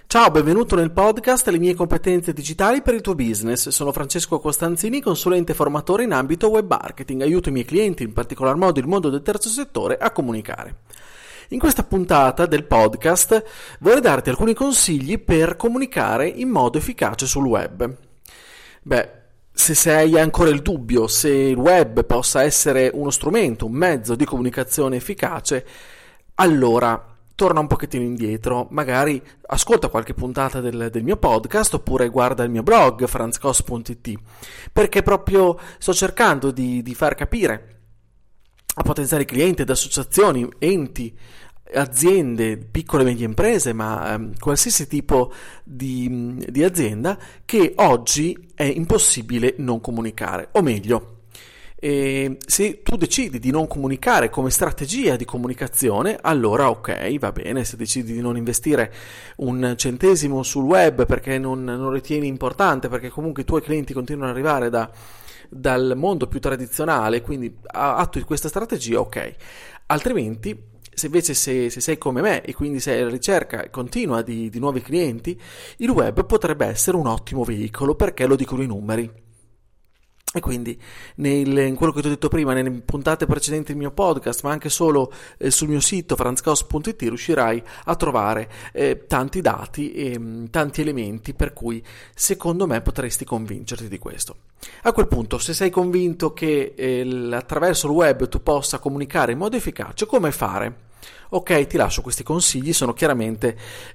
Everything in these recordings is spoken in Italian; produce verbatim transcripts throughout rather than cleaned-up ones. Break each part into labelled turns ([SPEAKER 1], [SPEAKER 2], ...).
[SPEAKER 1] Ciao, benvenuto nel podcast Le mie competenze digitali per il tuo business. Sono Francesco Costanzini, consulente formatore in ambito web marketing. Aiuto i miei clienti, in particolar modo il mondo del terzo settore, a comunicare. In questa puntata del podcast vorrei darti alcuni consigli per comunicare in modo efficace sul web. Beh, se sei ancora il dubbio se il web possa essere uno strumento, un mezzo di comunicazione efficace, allora torna un pochettino indietro, magari ascolta qualche puntata del, del mio podcast oppure guarda il mio blog franz cos punto it, perché proprio sto cercando di, di far capire a potenziali clienti ed associazioni, enti, aziende, piccole e medie imprese, ma ehm, qualsiasi tipo di, di azienda, che oggi è impossibile non comunicare, o meglio, e se tu decidi di non comunicare come strategia di comunicazione, allora ok, va bene. Se decidi di non investire un centesimo sul web perché non, non ritieni importante, perché comunque i tuoi clienti continuano ad arrivare da, dal mondo più tradizionale, quindi attui questa strategia, ok. Altrimenti, se invece se, se sei come me e quindi sei alla ricerca continua di, di nuovi clienti, il web potrebbe essere un ottimo veicolo, perché lo dicono i numeri. E quindi nel, in quello che ti ho detto prima, nelle puntate precedenti del mio podcast, ma anche solo eh, sul mio sito franz cos punto it, riuscirai a trovare eh, tanti dati e mh, tanti elementi per cui secondo me potresti convincerti di questo. A quel punto, se sei convinto che eh, attraverso il web tu possa comunicare in modo efficace, come fare? Ok, ti lascio questi consigli, sono chiaramente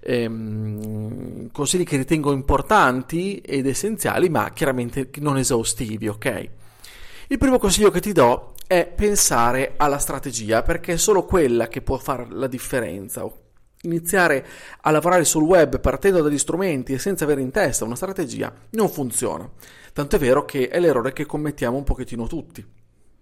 [SPEAKER 1] ehm, consigli che ritengo importanti ed essenziali, ma chiaramente non esaustivi, ok? Il primo consiglio che ti do è pensare alla strategia, perché è solo quella che può fare la differenza. Iniziare a lavorare sul web partendo dagli strumenti e senza avere in testa una strategia non funziona. Tanto è vero che è l'errore che commettiamo un pochettino tutti.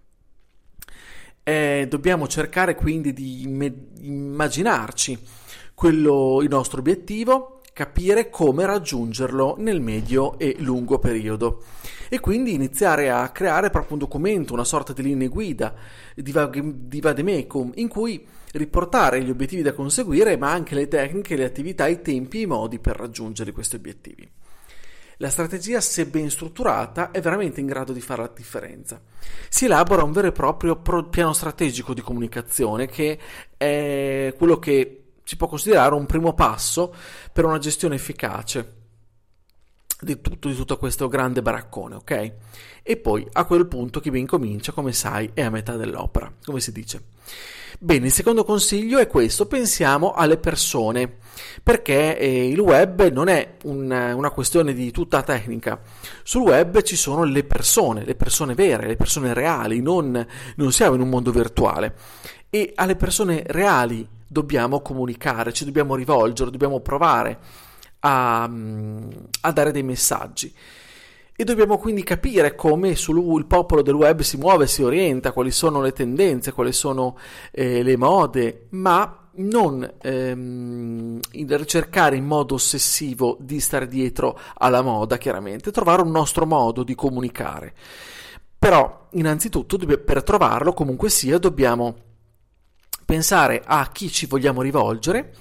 [SPEAKER 1] Eh, dobbiamo cercare quindi di imme- immaginarci quello, il nostro obiettivo, capire come raggiungerlo nel medio e lungo periodo e quindi iniziare a creare proprio un documento, una sorta di linee guida, di, vade- di vademecum, in cui riportare gli obiettivi da conseguire, ma anche le tecniche, le attività, i tempi e i modi per raggiungere questi obiettivi. La strategia, se ben strutturata, è veramente in grado di fare la differenza. Si elabora un vero e proprio piano strategico di comunicazione, che è quello che si può considerare un primo passo per una gestione efficace di tutto, di tutto questo grande baraccone, ok? E poi a quel punto chi ben comincia, come sai, è a metà dell'opera, come si dice. Bene, il secondo consiglio è questo: pensiamo alle persone, perché eh, il web non è un, una questione di tutta tecnica. Sul web ci sono le persone, le persone vere, le persone reali, non, non siamo in un mondo virtuale, e alle persone reali dobbiamo comunicare, ci dobbiamo rivolgere, dobbiamo provare a, a dare dei messaggi. E dobbiamo quindi capire come sul, il popolo del web si muove, si orienta, quali sono le tendenze, quali sono eh, le mode, ma non ehm, ricercare in modo ossessivo di stare dietro alla moda, chiaramente, trovare un nostro modo di comunicare. Però, innanzitutto, per trovarlo, comunque sia, dobbiamo pensare a chi ci vogliamo rivolgere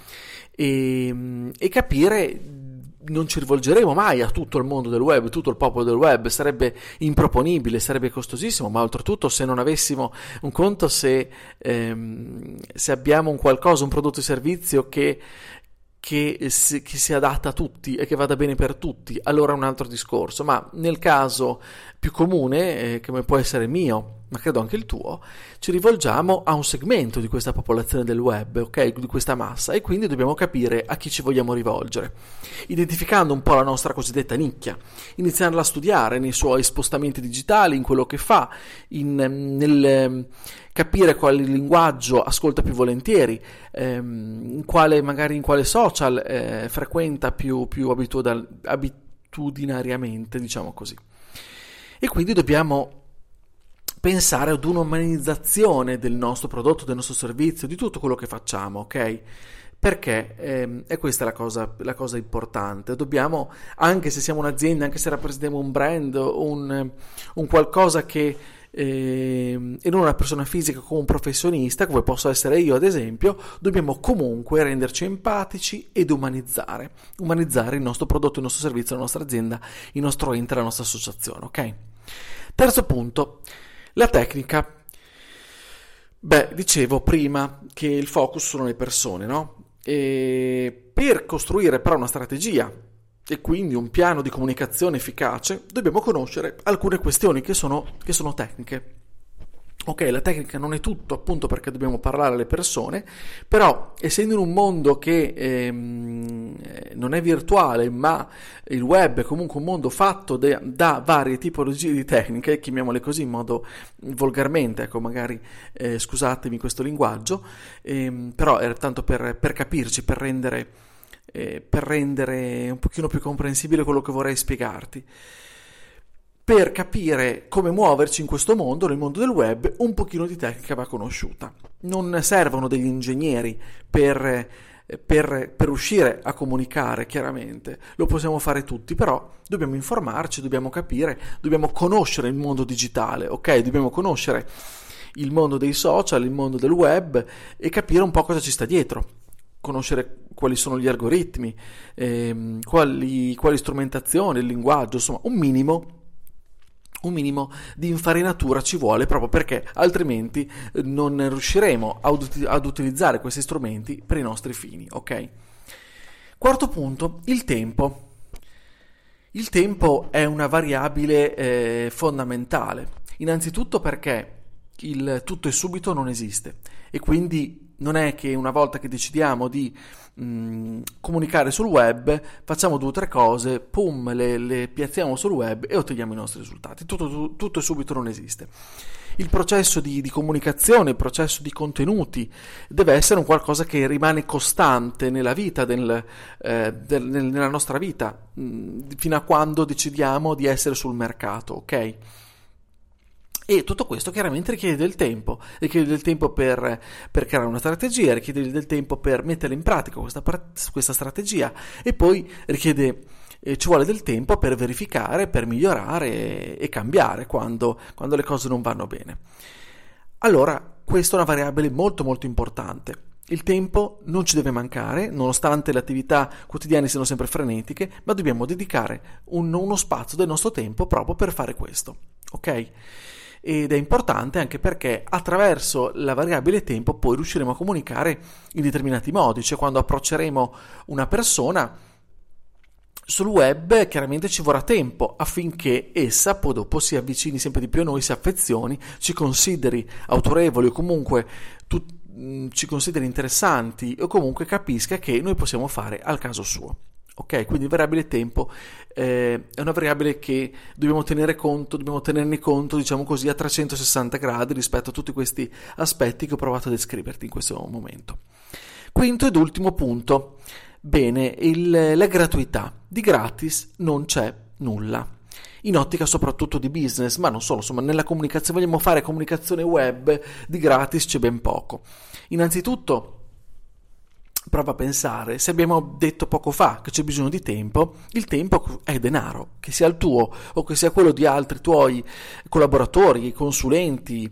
[SPEAKER 1] e, e capire. Non ci rivolgeremo mai a tutto il mondo del web, tutto il popolo del web, sarebbe improponibile, sarebbe costosissimo, ma oltretutto se non avessimo un conto, se, ehm, se abbiamo un qualcosa, un prodotto o servizio che, che, si, che si adatta a tutti e che vada bene per tutti, allora è un altro discorso. Ma nel caso più comune, eh, come può essere il mio, ma credo anche il tuo, ci rivolgiamo a un segmento di questa popolazione del web, ok, di questa massa, e quindi dobbiamo capire a chi ci vogliamo rivolgere, identificando un po' la nostra cosiddetta nicchia, iniziarla a studiare nei suoi spostamenti digitali, in quello che fa, in, nel capire quale linguaggio ascolta più volentieri, ehm, in quale, magari in quale social eh, frequenta più, più abitud- abitudinariamente, diciamo così. E quindi dobbiamo pensare ad un'umanizzazione del nostro prodotto, del nostro servizio, di tutto quello che facciamo, ok? Perché ehm, è questa la cosa, la cosa importante. Dobbiamo, anche se siamo un'azienda, anche se rappresentiamo un brand, un, un qualcosa che eh, e non una persona fisica come un professionista, come posso essere io ad esempio, dobbiamo comunque renderci empatici ed umanizzare, umanizzare il nostro prodotto, il nostro servizio, la nostra azienda, il nostro ente, la nostra associazione, ok? Terzo punto, la tecnica. Beh, dicevo prima che il focus sono le persone, no? E per costruire però una strategia e quindi un piano di comunicazione efficace dobbiamo conoscere alcune questioni che sono, che sono tecniche. Ok, la tecnica non è tutto, appunto perché dobbiamo parlare alle persone, però essendo in un mondo che ehm, non è virtuale, ma il web è comunque un mondo fatto de, da varie tipologie di tecniche, chiamiamole così in modo volgarmente, ecco magari eh, scusatemi questo linguaggio, ehm, però era tanto per, per capirci, per rendere, eh, per rendere un pochino più comprensibile quello che vorrei spiegarti. Per capire come muoverci in questo mondo, nel mondo del web, un pochino di tecnica va conosciuta. Non servono degli ingegneri per, per, per riuscire a comunicare, chiaramente. Lo possiamo fare tutti, però dobbiamo informarci, dobbiamo capire, dobbiamo conoscere il mondo digitale, ok? Dobbiamo conoscere il mondo dei social, il mondo del web e capire un po' cosa ci sta dietro. Conoscere quali sono gli algoritmi, ehm, quali, quali strumentazioni, il linguaggio, insomma, un minimo Un minimo di infarinatura ci vuole proprio perché altrimenti non riusciremo ad, ad utilizzare questi strumenti per i nostri fini, ok? Quarto punto, il tempo. Il tempo è una variabile eh, fondamentale, innanzitutto perché il tutto e subito non esiste e quindi non è che una volta che decidiamo di mh, comunicare sul web facciamo due o tre cose, pum, le, le piazziamo sul web e otteniamo i nostri risultati. Tutto, tutto, tutto e subito non esiste. Il processo di, di comunicazione, il processo di contenuti deve essere un qualcosa che rimane costante nella vita, del, eh, del, nella nostra vita, mh, fino a quando decidiamo di essere sul mercato, ok? E tutto questo chiaramente richiede del tempo, richiede del tempo per, per creare una strategia, richiede del tempo per mettere in pratica questa, questa strategia e poi richiede, eh, ci vuole del tempo per verificare, per migliorare e, e cambiare quando, quando le cose non vanno bene. Allora, questa è una variabile molto molto importante. Il tempo non ci deve mancare, nonostante le attività quotidiane siano sempre frenetiche, ma dobbiamo dedicare un, uno spazio del nostro tempo proprio per fare questo, ok? Ed è importante anche perché attraverso la variabile tempo poi riusciremo a comunicare in determinati modi, cioè quando approcceremo una persona sul web chiaramente ci vorrà tempo affinché essa poi dopo si avvicini sempre di più a noi, si affezioni, ci consideri autorevoli o comunque tu, ci consideri interessanti o comunque capisca che noi possiamo fare al caso suo. Ok, quindi variabile tempo eh, è una variabile che dobbiamo tenere conto, dobbiamo tenerne conto, diciamo così, a trecentosessanta gradi rispetto a tutti questi aspetti che ho provato a descriverti in questo momento. Quinto ed ultimo punto, bene, il, la gratuità. Di gratis non c'è nulla. In ottica soprattutto di business, ma non solo, insomma, nella comunicazione, vogliamo fare comunicazione web, di gratis c'è ben poco. Innanzitutto, prova a pensare, se abbiamo detto poco fa che c'è bisogno di tempo, il tempo è denaro, che sia il tuo o che sia quello di altri tuoi collaboratori, consulenti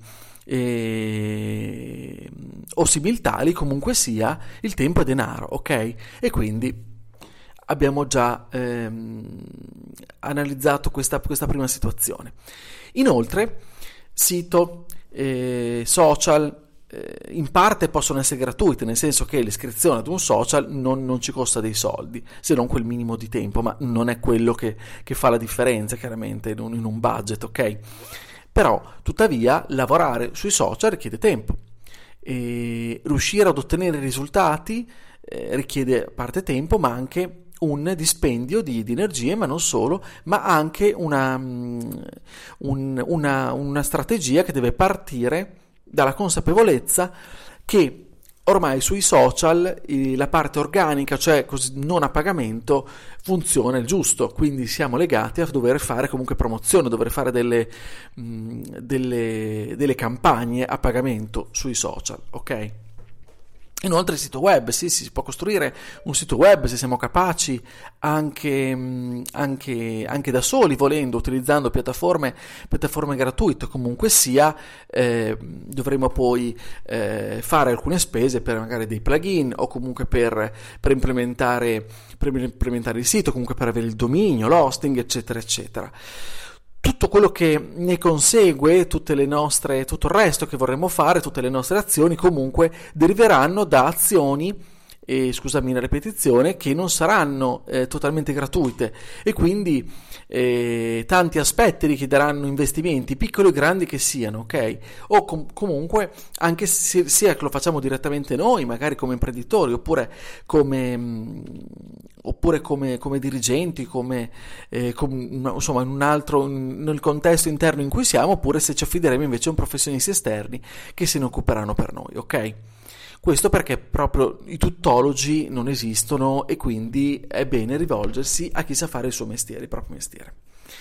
[SPEAKER 1] eh, o similtali, comunque sia, il tempo è denaro, ok? E quindi abbiamo già ehm, analizzato questa, questa prima situazione. Inoltre, sito, eh, social, in parte possono essere gratuite, nel senso che l'iscrizione ad un social non, non ci costa dei soldi, se non quel minimo di tempo, ma non è quello che, che fa la differenza chiaramente in un, in un budget, ok? Però tuttavia lavorare sui social richiede tempo e riuscire ad ottenere risultati eh, richiede a parte tempo ma anche un dispendio di, di energie, ma non solo, ma anche una, un, una, una strategia che deve partire dalla consapevolezza che ormai sui social eh, la parte organica, cioè così non a pagamento, funziona il giusto, quindi siamo legati a dover fare comunque promozione, dover fare delle, mh, delle, delle campagne a pagamento sui social, ok? Inoltre il sito web, sì, sì, si può costruire un sito web se siamo capaci anche, anche, anche da soli, volendo, utilizzando piattaforme, piattaforme gratuite. Comunque sia, eh, dovremo poi eh, fare alcune spese per magari dei plugin o comunque per, per, implementare, per implementare il sito, comunque per avere il dominio, l'hosting, eccetera, eccetera. Tutto quello che ne consegue, tutte le nostre, tutto il resto che vorremmo fare, tutte le nostre azioni comunque deriveranno da azioni, e scusami la ripetizione, che non saranno eh, totalmente gratuite, e quindi eh, tanti aspetti richiederanno investimenti, piccoli o grandi che siano, ok? O com- comunque anche se, sia che lo facciamo direttamente noi, magari come imprenditori, oppure come, mh, oppure come, come dirigenti, come, eh, com- insomma in un altro, in, nel contesto interno in cui siamo, oppure se ci affideremo invece a un professionisti esterni che se ne occuperanno per noi, ok? Questo perché proprio i tuttologi non esistono e quindi è bene rivolgersi a chi sa fare il suo mestiere, il proprio mestiere.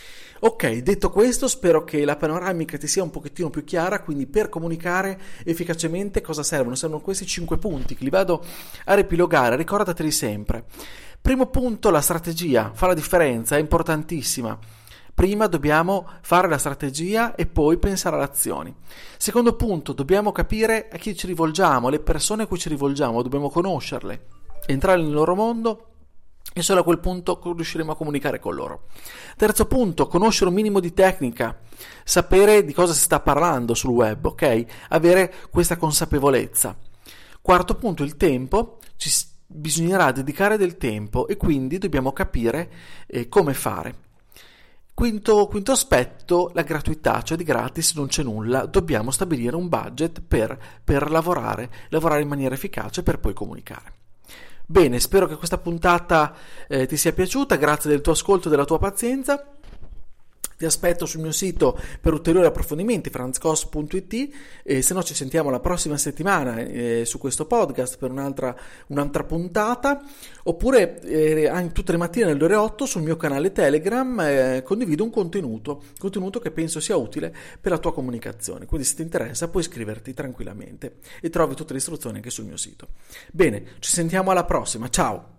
[SPEAKER 1] Ok, detto questo, spero che la panoramica ti sia un pochettino più chiara, quindi per comunicare efficacemente cosa servono? Servono questi cinque punti che li vado a riepilogare, ricordateli sempre. Primo punto, la strategia, fa la differenza, è importantissima. Prima dobbiamo fare la strategia e poi pensare alle azioni. Secondo punto, dobbiamo capire a chi ci rivolgiamo, le persone a cui ci rivolgiamo, dobbiamo conoscerle, entrare nel loro mondo e solo a quel punto riusciremo a comunicare con loro. Terzo punto, conoscere un minimo di tecnica, sapere di cosa si sta parlando sul web, ok? Avere questa consapevolezza. Quarto punto, il tempo, ci bisognerà dedicare del tempo e quindi dobbiamo capire eh, come fare. Quinto, quinto aspetto, la gratuità, cioè di gratis non c'è nulla, dobbiamo stabilire un budget per, per lavorare, lavorare in maniera efficace per poi comunicare. Bene, spero che questa puntata eh, ti sia piaciuta, grazie del tuo ascolto e della tua pazienza. Ti aspetto sul mio sito per ulteriori approfondimenti, franz cos punto it, e se no ci sentiamo la prossima settimana eh, su questo podcast per un'altra, un'altra puntata, oppure eh, anche tutte le mattine alle ore otto sul mio canale Telegram eh, condivido un contenuto, contenuto che penso sia utile per la tua comunicazione, quindi se ti interessa puoi iscriverti tranquillamente e trovi tutte le istruzioni anche sul mio sito. Bene, ci sentiamo alla prossima, ciao!